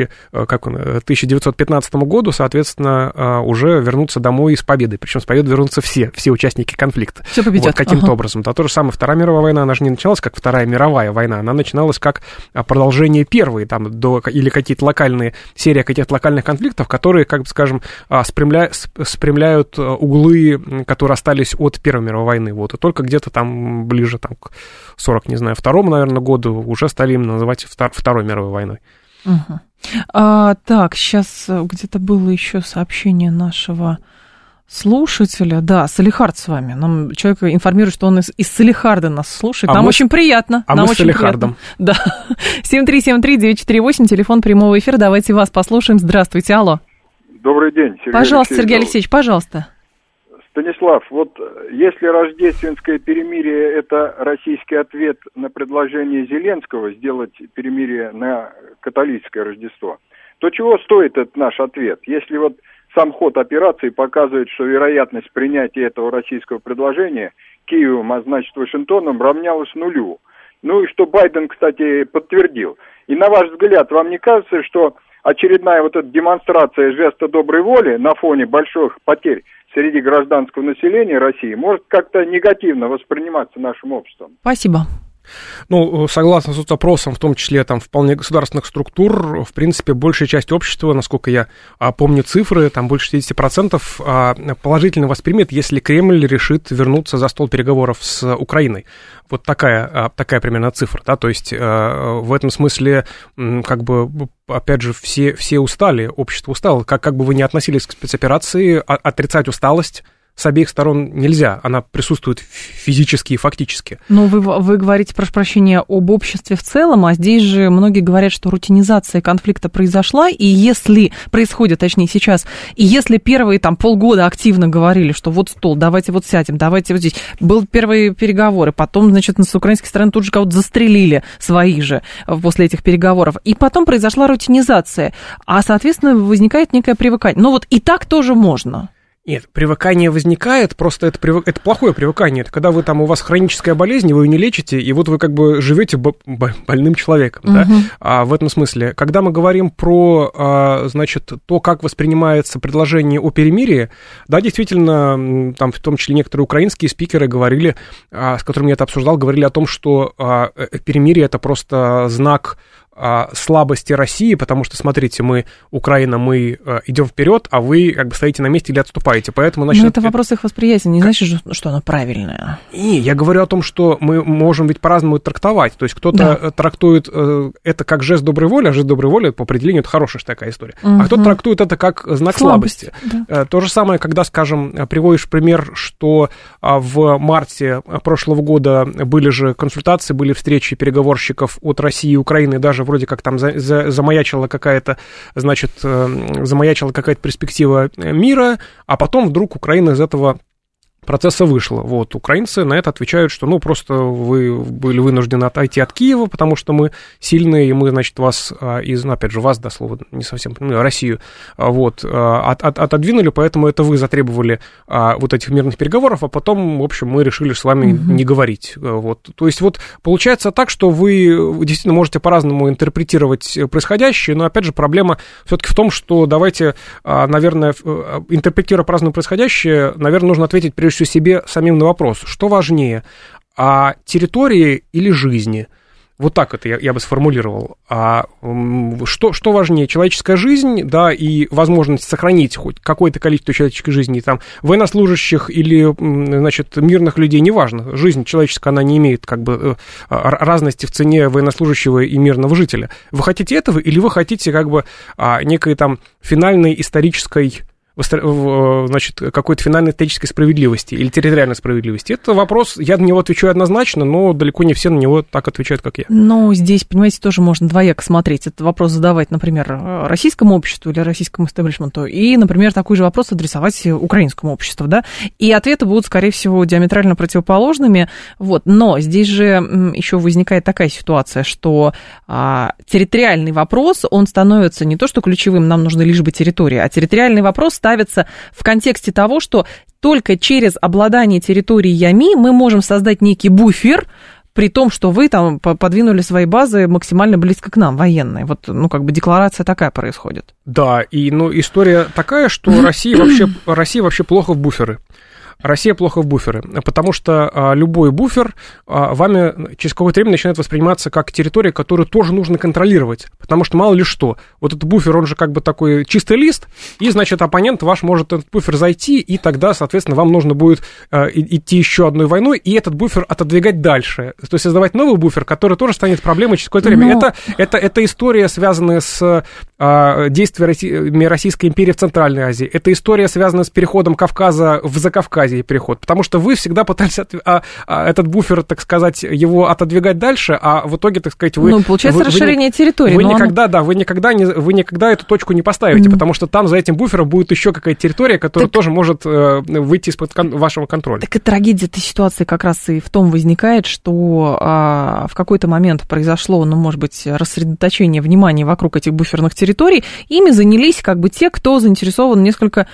1915 году, соответственно, уже вернутся домой с победой. Причем с победой вернутся все участники конфликта. Все победят. Вот, каким-то образом. Да, то же самое, Вторая мировая война, она же не начиналась как Вторая мировая война, она начиналась как продолжение Первой, там, или какие-то локальные, серия каких-то локальных конфликтов, которые, как бы, скажем, спрямляют углы, которые остались от Первой мировой войны, вот, и только где-то там ближе, там, к 42-му, наверное, году уже стали именно называть Второй мировой войной. Угу. Так, сейчас где-то было еще сообщение нашего слушателя. Да, Салихард с вами. Нам человек информирует, что он из Салихарда нас слушает. Нам очень приятно. Мы с Салихардом. Да. 7373948, телефон прямого эфира. Давайте вас послушаем. Здравствуйте, алло. Добрый день, Сергей Пожалуйста, Алексеевич. Сергей Алексеевич, пожалуйста. Станислав, вот если рождественское перемирие – это российский ответ на предложение Зеленского сделать перемирие на католическое Рождество, то чего стоит этот наш ответ? Если вот сам ход операции показывает, что вероятность принятия этого российского предложения Киевом, а значит Вашингтоном, равнялась нулю. Ну и что Байден, кстати, подтвердил. И на ваш взгляд, вам не кажется, что очередная вот эта демонстрация жеста доброй воли на фоне больших потерь среди гражданского населения России может как-то негативно восприниматься нашим обществом? Спасибо. Ну, согласно соцопросам, в том числе там вполне государственных структур, в принципе, большая часть общества, насколько я помню цифры, там больше 60% положительно воспримет, если Кремль решит вернуться за стол переговоров с Украиной. Вот такая примерно цифра, да, то есть в этом смысле, как бы, опять же, все устали, общество устало, как бы вы ни относились к спецоперации, отрицать усталость с обеих сторон нельзя, она присутствует физически и фактически. Но вы говорите, прошу прощения, об обществе в целом, а здесь же многие говорят, что рутинизация конфликта произошла, и если происходит, точнее сейчас, и если первые там полгода активно говорили, что вот стол, давайте вот сядем, давайте вот здесь, были первые переговоры, потом, значит, с украинской стороны тут же кого-то застрелили своих же после этих переговоров, и потом произошла рутинизация, а, соответственно, возникает некое привыкание. Но вот и так тоже можно. Нет, привыкание возникает, просто это плохое привыкание. Это когда у вас хроническая болезнь, вы ее не лечите, и вот вы как бы живете больным человеком. Да? В этом смысле, когда мы говорим про, значит, то, как воспринимается предложение о перемирии, да, действительно, там в том числе некоторые украинские спикеры говорили, с которыми я это обсуждал, говорили о том, что перемирие — это просто знак слабости России, потому что, смотрите, Украина, мы идем вперед, а вы как бы стоите на месте или отступаете, поэтому, значит... Но это вопрос их восприятия, не значит, что оно правильное. Не, я говорю о том, что мы можем ведь по-разному трактовать, то есть кто-то трактует это как жест доброй воли, а жест доброй воли по определению это хорошая такая история, а кто-то трактует это как знак слабости. Да. То же самое, когда, скажем, приводишь пример, что в марте прошлого года были же консультации, были встречи переговорщиков от России и Украины, даже вроде как там замаячила какая-то перспектива мира, а потом вдруг Украина из этого процесса вышла. Вот. Украинцы на это отвечают, что просто вы были вынуждены отойти от Киева, потому что мы сильные, и мы, значит, вас опять же, вас, дословно, не совсем, Россию, вот, отодвинули, поэтому это вы затребовали вот этих мирных переговоров, а потом, в общем, мы решили с вами не говорить. Вот. То есть вот получается так, что вы действительно можете по-разному интерпретировать происходящее, но, опять же, проблема все-таки в том, что давайте, наверное, интерпретируя по-разному происходящее, наверное, нужно ответить прежде себе самим на вопрос, что важнее, территории или жизни? Вот так это я бы сформулировал. Что важнее, человеческая жизнь, да, и возможность сохранить хоть какое-то количество человеческой жизни, там, военнослужащих или, значит, мирных людей, неважно. Жизнь человеческая, она не имеет, как бы, разности в цене военнослужащего и мирного жителя. Вы хотите этого или вы хотите, как бы, некой там финальной исторической значит, какой-то финальной исторической справедливости или территориальной справедливости. Это вопрос, я на него отвечаю однозначно, но далеко не все на него так отвечают, как я. Но здесь, понимаете, тоже можно двояко смотреть. Этот вопрос задавать, например, российскому обществу или российскому истеблишменту, и, например, такой же вопрос адресовать украинскому обществу, да, и ответы будут, скорее всего, диаметрально противоположными, вот. Но здесь же еще возникает такая ситуация, что территориальный вопрос, он становится не то, что ключевым, нам нужны лишь бы территории, а территориальный вопрос ставится в контексте того, что только через обладание территориями мы можем создать некий буфер, при том, что вы там подвинули свои базы максимально близко к нам, военные. Вот, ну, как бы декларация такая происходит. Да, и, ну, история такая, что Россия вообще плохо в буферы. Россия плохо в буферы, потому что любой буфер вами через какое-то время начинает восприниматься как территория, которую тоже нужно контролировать, потому что мало ли что. Вот этот буфер, он же как бы такой чистый лист, и, значит, оппонент ваш может этот буфер зайти, и тогда, соответственно, вам нужно будет идти еще одной войной, и этот буфер отодвигать дальше. То есть создавать новый буфер, который тоже станет проблемой через какое-то время. Это история, связанная с действиями Российской империи в Центральной Азии. Это история, связанная с переходом Кавказа в Закавказье переход, потому что вы всегда пытались этот буфер, так сказать, его отодвигать дальше, а в итоге, так сказать, вы... Ну, получается, расширение территории. Вы никогда эту точку не поставите, потому что там за этим буфером будет еще какая-то территория, которая тоже может выйти из-под вашего контроля. Так и трагедия этой ситуации как раз и в том возникает, что в какой-то момент произошло, ну, может быть, рассредоточение внимания вокруг этих буферных территорий, ими занялись как бы те, кто заинтересован несколько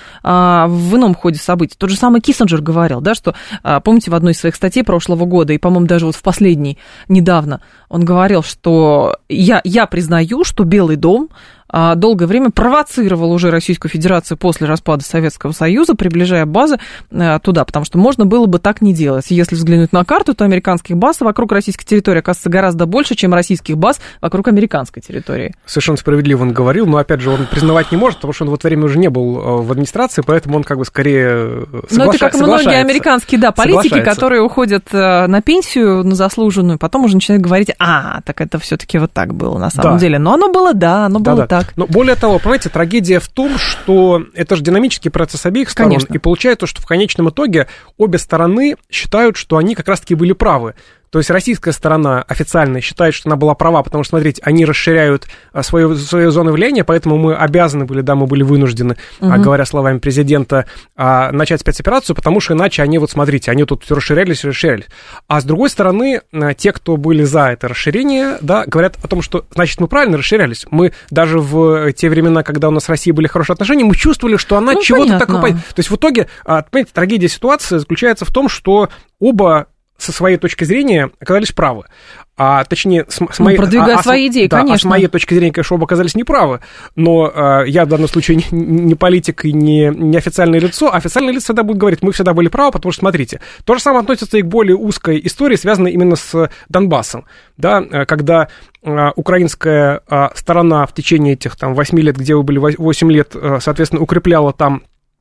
в ином ходе событий. Тот же самый Киссинджер говорил, да, что, помните, в одной из своих статей прошлого года, и, по-моему, даже вот в последней, недавно, он говорил, что я признаю, что Белый дом долгое время провоцировал уже Российскую Федерацию после распада Советского Союза, приближая базы туда, потому что можно было бы так не делать. Если взглянуть на карту, то американских баз вокруг российской территории оказывается гораздо больше, чем российских баз вокруг американской территории. Совершенно справедливо он говорил, но, опять же, он признавать не может, потому что он в это время уже не был в администрации, поэтому он как бы скорее соглашается. Ну, это как многие американские, да, политики, которые уходят на пенсию, на заслуженную, потом уже начинают говорить, так это все-таки вот так было на самом деле. Но оно было, было так. Но более того, понимаете, трагедия в том, что это же динамический процесс обеих сторон. Конечно. И получается, что в конечном итоге обе стороны считают, что они как раз-таки были правы. То есть российская сторона официально считает, что она была права, потому что, смотрите, они расширяют свою зону влияния, поэтому мы обязаны были, мы были вынуждены, говоря словами президента, начать спецоперацию, потому что иначе они, вот смотрите, они тут все расширялись. А с другой стороны, те, кто были за это расширение, говорят о том, что, значит, мы правильно расширялись. Мы даже в те времена, когда у нас с Россией были хорошие отношения, мы чувствовали, что она чего-то такое... То есть в итоге, понимаете, трагедия ситуации заключается в том, что оба со своей точки зрения оказались правы. Точнее, продвигая свои идеи, конечно. С моей точки зрения, конечно, оба оказались неправы, но я в данном случае не политик и не официальное лицо, а официальное лицо всегда будет говорить, мы всегда были правы, потому что, смотрите, то же самое относится и к более узкой истории, связанной именно с Донбассом, когда украинская сторона в течение этих 8 лет, где вы были 8 лет, соответственно, укрепляла там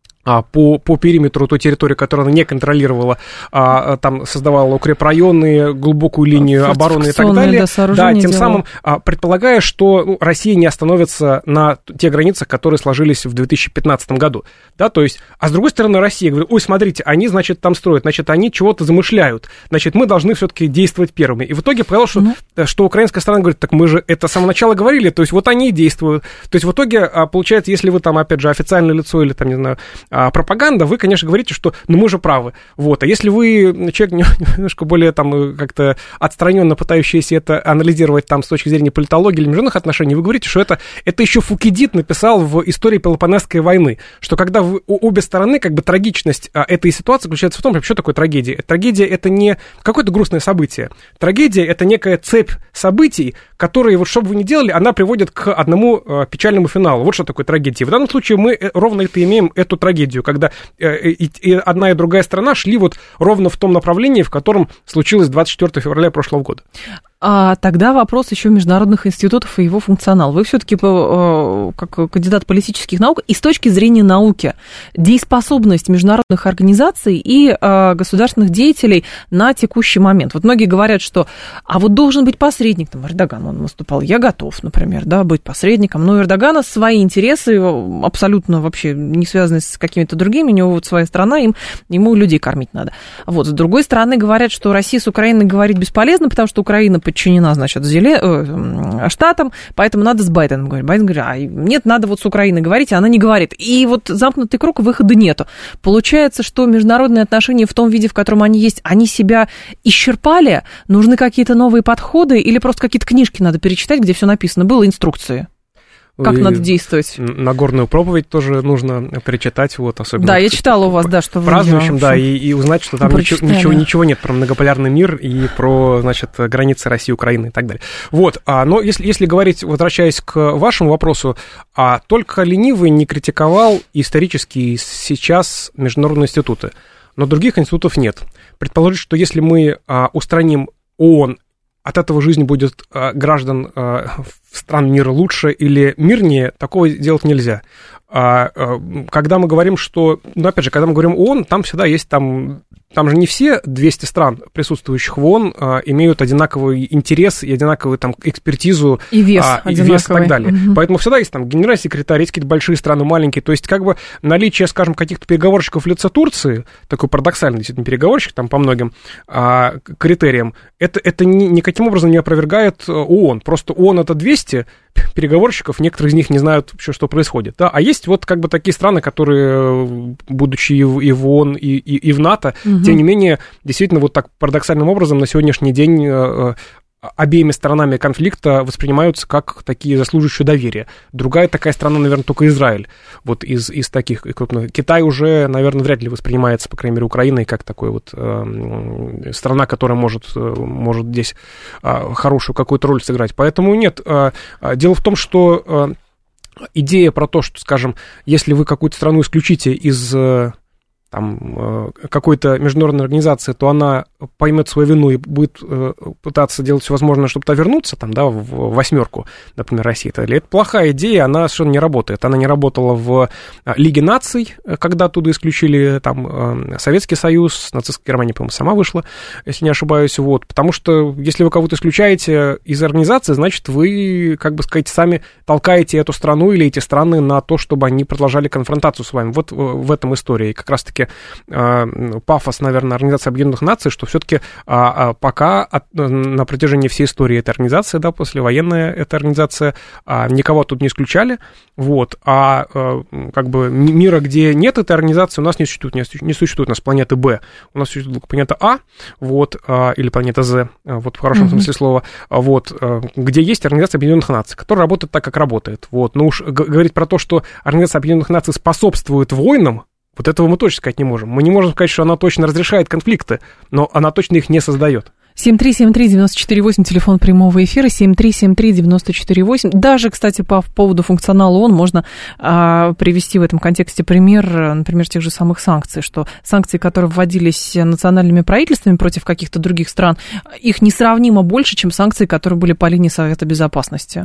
по периметру той территории, которую она не контролировала, там создавала укрепрайоны, глубокую линию обороны и так далее. Тем самым предполагая, что Россия не остановится на тех границах, которые сложились в 2015 году. То есть, а с другой стороны, Россия говорит, ой, смотрите, они, значит, там строят, значит, они чего-то замышляют, значит, мы должны все-таки действовать первыми. И в итоге показалось, что украинская сторона говорит, так мы же это с самого начала говорили, то есть вот они и действуют. То есть в итоге, получается, если вы там, опять же, официальное лицо или там, не знаю, пропаганда, вы, конечно, говорите, что мы же правы. А если вы человек немножко более там как-то отстраненно пытающийся это анализировать там с точки зрения политологии или международных отношений, вы говорите, что это еще Фукидид написал в истории Пелопонесской войны, что когда обе стороны, как бы трагичность этой ситуации заключается в том, что такое трагедия. Трагедия — это не какое-то грустное событие. Трагедия — это некая цепь событий, которые, вот что бы вы ни делали, она приводит к одному печальному финалу. Вот что такое трагедия. В данном случае мы ровно это имеем, эту трагедию, когда и одна и другая сторона шли вот ровно в том направлении, в котором случилось 24 февраля прошлого года. А тогда вопрос еще международных институтов и его функционал. Вы все-таки, как кандидат политических наук, и с точки зрения науки, дееспособность международных организаций и государственных деятелей на текущий момент. Вот многие говорят, что вот должен быть посредник, там Эрдоган, он выступал, я готов, например, да, быть посредником, но у Эрдогана свои интересы, абсолютно вообще не связанные с какими-то другими, у него вот своя страна, ему людей кормить надо. Вот, с другой стороны, говорят, что Россия с Украиной говорить бесполезно, потому что Украина подчинена, значит, Штатам, поэтому надо с Байденом говорить. Байден говорит, нет, надо вот с Украиной говорить, а она не говорит. И вот замкнутый круг, выхода нету. Получается, что международные отношения в том виде, в котором они есть, они себя исчерпали, нужны какие-то новые подходы или просто какие-то книжки надо перечитать, где все написано, было инструкции? Как надо действовать? Нагорную проповедь тоже нужно перечитать, вот, особенно. Да, я читала у вас, да, что вы... Празднующим, да, и узнать, что там ничего нет про многополярный мир и про, значит, границы России, Украины и так далее. Вот, но если говорить, возвращаясь к вашему вопросу, только ленивый не критиковал исторически сейчас международные институты, но других институтов нет. Предположить, что если мы устраним ООН, от этого жизнь будет граждан стран мира лучше или мирнее, такого делать нельзя. Когда мы говорим, что... опять же, когда мы говорим ООН, там всегда есть Там же не все 200 стран, присутствующих в ООН, имеют одинаковый интерес и одинаковую там экспертизу и вес и так далее. Угу. Поэтому всегда есть там генеральный секретарь, есть какие-то большие страны, маленькие. То есть как бы наличие, скажем, каких-то переговорщиков в лице Турции, такой парадоксальный действительно переговорщик там по многим критериям, это никаким образом не опровергает ООН. Просто ООН это 200 переговорщиков, некоторые из них не знают вообще, что происходит. Да? А есть вот как бы такие страны, которые, будучи и в ООН, и в НАТО, тем не менее, действительно, вот так парадоксальным образом на сегодняшний день обеими сторонами конфликта воспринимаются как такие заслуживающие доверия. Другая такая страна, наверное, только Израиль. Вот из таких. Китай уже, наверное, вряд ли воспринимается, по крайней мере, Украиной, как такой вот страна, которая может здесь хорошую какую-то роль сыграть. Поэтому нет. Дело в том, что идея про то, что, скажем, если вы какую-то страну исключите из какой-то международной организации, то она поймет свою вину и будет пытаться делать все возможное, чтобы та вернуться в восьмерку, например, России. Это плохая идея, она совершенно не работает. Она не работала в Лиге наций, когда оттуда исключили Советский Союз, нацистская Германия, по-моему, сама вышла, если не ошибаюсь. Вот. Потому что если вы кого-то исключаете из организации, значит, вы, как бы сказать, сами толкаете эту страну или эти страны на то, чтобы они продолжали конфронтацию с вами. Вот в этом история. И как раз-таки пафос, наверное, Организации Объединенных Наций, что все-таки пока на протяжении всей истории этой организации, послевоенная эта организация, никого тут не исключали, вот, как бы мира, где нет этой организации, у нас не существует, у нас планеты Б, у нас существует планета А, вот, или планета З, вот, в хорошем смысле слова, вот, где есть Организация Объединенных Наций, которая работает так, как работает, вот, но уж говорить про то, что Организация Объединенных Наций способствует войнам, вот этого мы точно сказать не можем. Мы не можем сказать, что она точно разрешает конфликты, но она точно их не создает. 7373948, телефон прямого эфира, 7373948. Даже, кстати, по поводу функционала ООН можно привести в этом контексте пример, например, тех же самых санкций, что санкции, которые вводились национальными правительствами против каких-то других стран, их несравнимо больше, чем санкции, которые были по линии Совета Безопасности.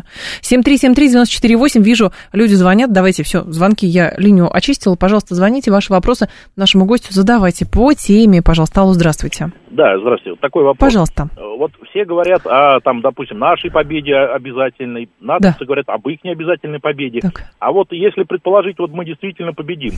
7373948, вижу, люди звонят, давайте, все, звонки, я линию очистила, пожалуйста, звоните, ваши вопросы нашему гостю задавайте по теме, пожалуйста. Алло, здравствуйте. Да, здравствуйте. Такой вопрос. Пожалуйста. Вот все говорят о, допустим, нашей победе обязательной, натовцы говорят об их необязательной победе. Так. А вот если предположить, вот мы действительно победим,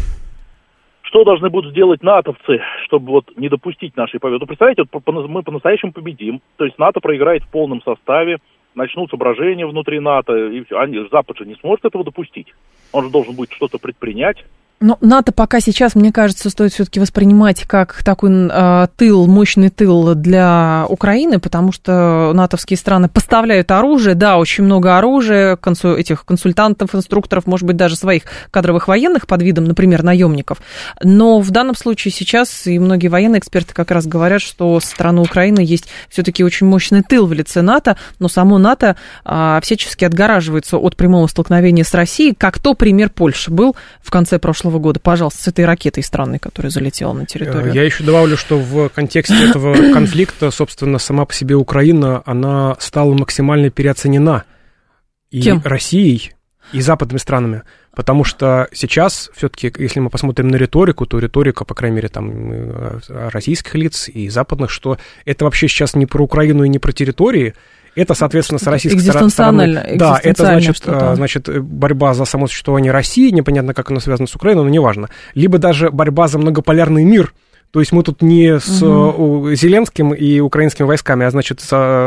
что должны будут сделать натовцы, чтобы вот не допустить нашей победы? Представляете, вот мы по-настоящему победим, то есть НАТО проиграет в полном составе, начнутся брожения внутри НАТО, и все. Запад же не сможет этого допустить. Он же должен будет что-то предпринять. Но НАТО пока сейчас, мне кажется, стоит все-таки воспринимать как такой тыл, мощный тыл для Украины, потому что натовские страны поставляют оружие, да, очень много оружия, этих консультантов, инструкторов, может быть, даже своих кадровых военных под видом, например, наемников. Но в данном случае сейчас и многие военные эксперты как раз говорят, что со стороны Украины есть все-таки очень мощный тыл в лице НАТО, но само НАТО всячески отгораживается от прямого столкновения с Россией, как то пример Польши был в конце прошлого прошлого года, пожалуйста, с этой ракетой странной, которая залетела на территорию. Я еще добавлю, что в контексте этого конфликта, собственно, сама по себе Украина, она стала максимально переоценена и Кем? Россией, и западными странами. Потому что сейчас, все-таки, если мы посмотрим на риторику, то риторика, по крайней мере, там, российских лиц и западных, что это вообще сейчас не про Украину и не про территории. Это, соответственно, с российской стороны. Да, это значит борьба за само существование России, непонятно, как оно связано с Украиной, но неважно. Либо даже борьба за многополярный мир. То есть мы тут не с Зеленским и украинскими войсками, а, значит,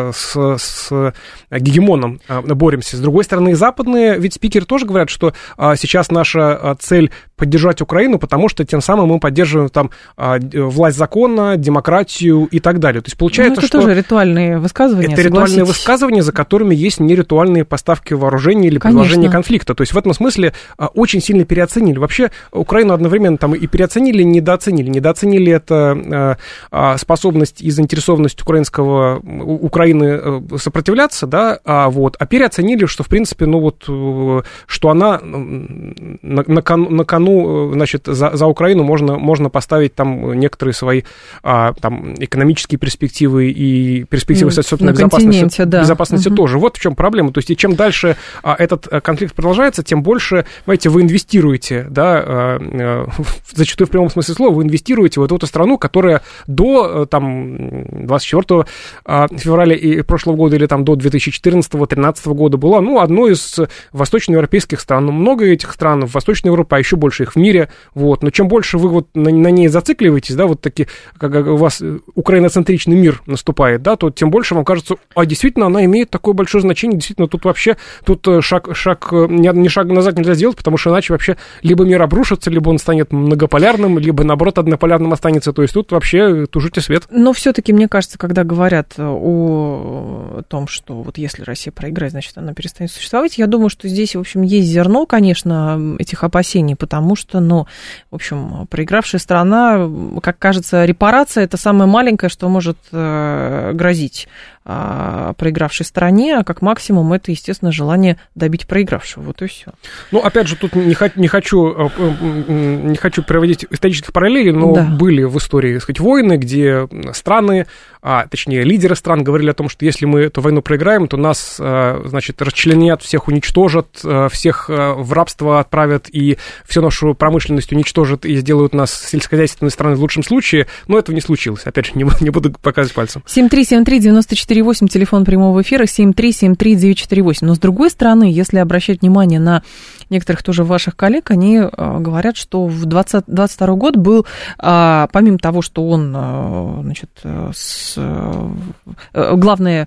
с гегемоном боремся. С другой стороны, западные, ведь спикеры тоже говорят, что сейчас наша цель поддержать Украину, потому что тем самым мы поддерживаем там власть закона, демократию и так далее. То есть получается, это что... тоже ритуальные высказывания, это ритуальные высказывания, за которыми есть неритуальные поставки вооружений или предложения конфликта. То есть в этом смысле очень сильно переоценили. Вообще Украину одновременно там и переоценили, и недооценили. Недооценили это способность и заинтересованность Украины сопротивляться, да, а переоценили, что, в принципе, что она на кону, значит, за Украину можно поставить там некоторые свои там экономические перспективы и перспективы собственной безопасности тоже. Вот в чем проблема. То есть, и чем дальше этот конфликт продолжается, тем больше, знаете, вы инвестируете, да, зачастую в прямом смысле слова, вы инвестируете в эту страну, которая до там 24 февраля и прошлого года или там до 2014-2013 года была, одной из восточноевропейских стран. Много этих стран в Восточной Европе, а еще больше их в мире. Но чем больше вы на ней зацикливаетесь, да, такие, как у вас украиноцентричный мир наступает, да, то тем больше вам кажется, действительно, она имеет такое большое значение, действительно, тут шаг назад нельзя сделать, потому что иначе вообще либо мир обрушится, либо он станет многополярным, либо, наоборот, однополярным останется. То есть тут вообще тужите свет. Но все-таки, мне кажется, когда говорят о том, что если Россия проиграет, значит, она перестанет существовать, я думаю, что здесь, в общем, есть зерно, конечно, этих опасений, потому что, в общем, проигравшая страна, как кажется, репарация – это самое маленькое, что может грозить проигравшей стране, а как максимум это, естественно, желание добить проигравшего. Вот и все. Опять же, тут не хочу проводить исторических параллелей, но были в истории, так сказать, войны, где страны, точнее, лидеры стран говорили о том, что если мы эту войну проиграем, то нас, значит, расчленят, всех уничтожат, всех в рабство отправят и всю нашу промышленность уничтожат и сделают нас сельскохозяйственной страной в лучшем случае, но этого не случилось. Опять же, не буду показывать пальцем. 7373948, телефон прямого эфира, 7373948. Но, с другой стороны, если обращать внимание на некоторых тоже ваших коллег, они говорят, что в 2022 год был, помимо того, что он, значит, главная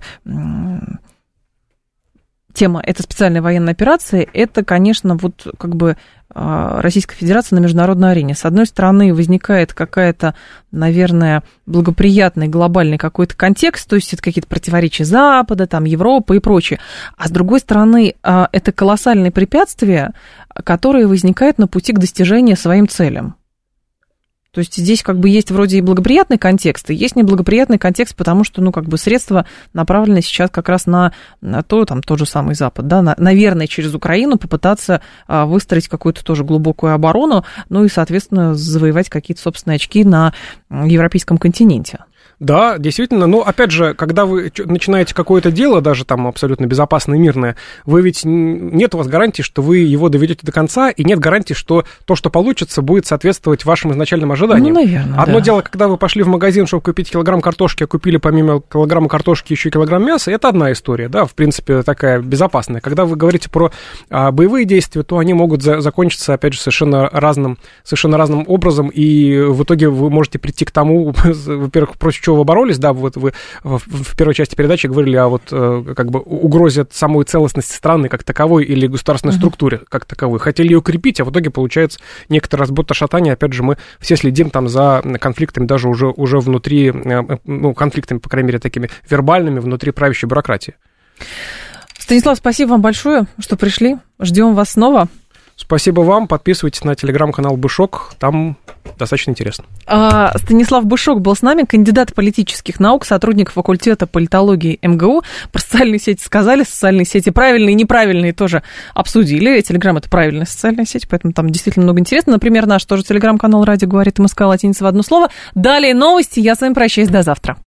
тема – это специальная военная операция, это, конечно, Российская Федерация на международной арене. С одной стороны, возникает какая-то, наверное, благоприятный глобальный какой-то контекст, то есть это какие-то противоречия Запада, там, Европы и прочее. А с другой стороны, это колоссальные препятствия, которые возникают на пути к достижению своим целям. То есть здесь есть вроде и благоприятный контекст, и есть неблагоприятный контекст, потому что, средства направлены сейчас как раз на тот же самый Запад, да, наверное, через Украину попытаться выстроить какую-то тоже глубокую оборону, и, соответственно, завоевать какие-то собственные очки на европейском континенте. Да, действительно, но опять же, когда вы начинаете какое-то дело, даже там абсолютно безопасное, мирное, вы ведь нет у вас гарантии, что вы его доведете до конца, и нет гарантии, что то, что получится, будет соответствовать вашим изначальным ожиданиям. Наверное, Одно дело, когда вы пошли в магазин, чтобы купить килограмм картошки, а купили помимо килограмма картошки еще килограмм мяса, это одна история, да, в принципе, такая безопасная. Когда вы говорите про боевые действия, то они могут закончиться, опять же, совершенно разным образом, и в итоге вы можете прийти к тому, во-первых, против чего вы боролись, да, вот вы в первой части передачи говорили о угрозе самой целостности страны как таковой или государственной структуре как таковой. Хотели ее укрепить, а в итоге получается некоторый разброд шатания. Опять же, мы все следим там за конфликтами даже уже внутри, конфликтами, по крайней мере, такими вербальными внутри правящей бюрократии. Станислав, спасибо вам большое, что пришли. Ждем вас снова. Спасибо вам. Подписывайтесь на телеграм-канал Бышок. Там достаточно интересно. Станислав Бышок был с нами, кандидат политических наук, сотрудник факультета политологии МГУ. Про социальные сети сказали, социальные сети правильные и неправильные тоже обсудили. Телеграм — это правильная социальная сеть, поэтому там действительно много интересного. Например, наш тоже телеграм-канал «Радио говорит МСК», латиница в одно слово. Далее новости. Я с вами прощаюсь. До завтра.